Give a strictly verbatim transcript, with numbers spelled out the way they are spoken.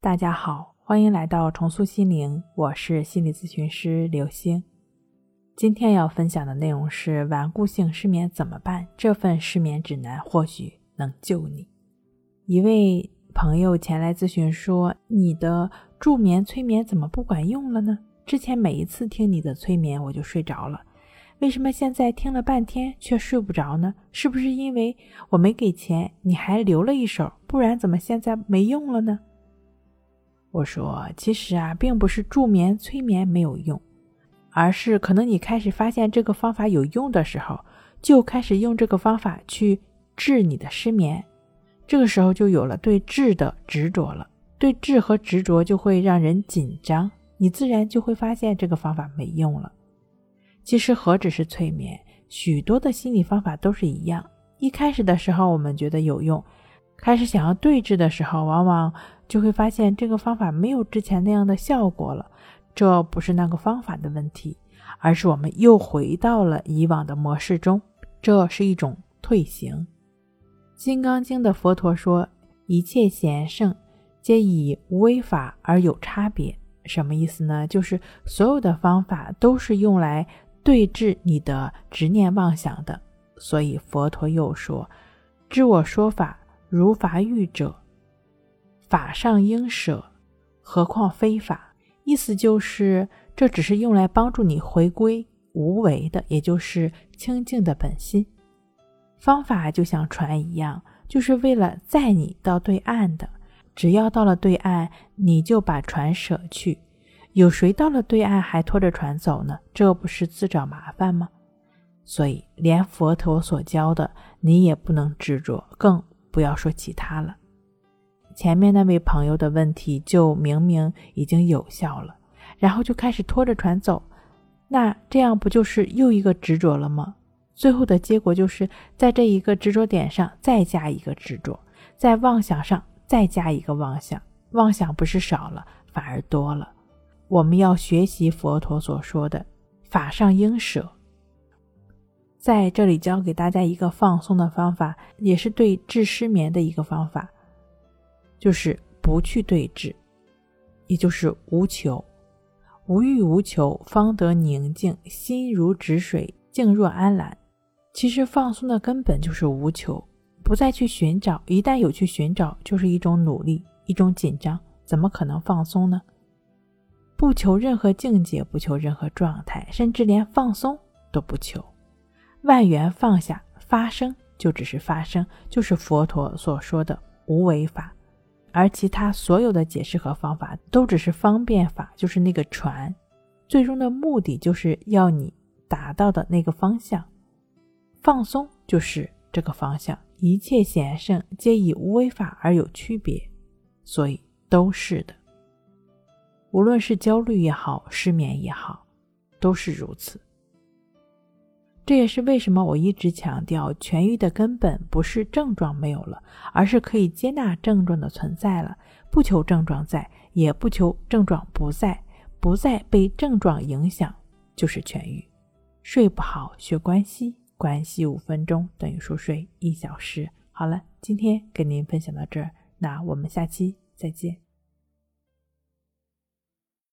大家好，欢迎来到重塑心灵，我是心理咨询师刘星。今天要分享的内容是顽固性失眠怎么办？这份失眠指南或许能救你。一位朋友前来咨询说，你的助眠催眠怎么不管用了呢？之前每一次听你的催眠我就睡着了，为什么现在听了半天却睡不着呢？是不是因为我没给钱，你还留了一手，不然怎么现在没用了呢？我说，其实啊，并不是助眠催眠没有用，而是可能你开始发现这个方法有用的时候，就开始用这个方法去治你的失眠，这个时候就有了对治的执着了。对治和执着就会让人紧张，你自然就会发现这个方法没用了。其实何止是催眠，许多的心理方法都是一样，一开始的时候我们觉得有用，开始想要对治的时候，往往就会发现这个方法没有之前那样的效果了。这不是那个方法的问题，而是我们又回到了以往的模式中，这是一种退行。金刚经的佛陀说，一切贤圣皆以无为法而有差别。什么意思呢？就是所有的方法都是用来对治你的执念妄想的。所以佛陀又说，知我说法如法喻者，法上应舍，何况非法。意思就是这只是用来帮助你回归无为的，也就是清净的本心。方法就像船一样，就是为了载你到对岸的，只要到了对岸，你就把船舍去。有谁到了对岸还拖着船走呢？这不是自找麻烦吗？所以连佛陀所教的你也不能执着，更不要说其他了。前面那位朋友的问题就明明已经有效了，然后就开始拖着船走，那这样不就是又一个执着了吗？最后的结果就是在这一个执着点上再加一个执着，在妄想上再加一个妄想，妄想不是少了，反而多了。我们要学习佛陀所说的法上应舍。在这里教给大家一个放松的方法，也是对治失眠的一个方法，就是不去对治，也就是无求。无欲无求，方得宁静，心如止水，静若安澜。其实放松的根本就是无求，不再去寻找，一旦有去寻找，就是一种努力，一种紧张，怎么可能放松呢？不求任何境界，不求任何状态，甚至连放松都不求。万缘放下，发生就只是发生，就是佛陀所说的无为法。而其他所有的解释和方法都只是方便法，就是那个船，最终的目的就是要你达到的那个方向。放松就是这个方向，一切贤圣皆以无为法而有区别，所以都是的。无论是焦虑也好，失眠也好，都是如此。这也是为什么我一直强调，痊愈的根本不是症状没有了，而是可以接纳症状的存在了，不求症状在，也不求症状不在，不再被症状影响，就是痊愈。睡不好学关系，关系五分钟等于熟睡一小时。好了，今天跟您分享到这儿，那我们下期再见。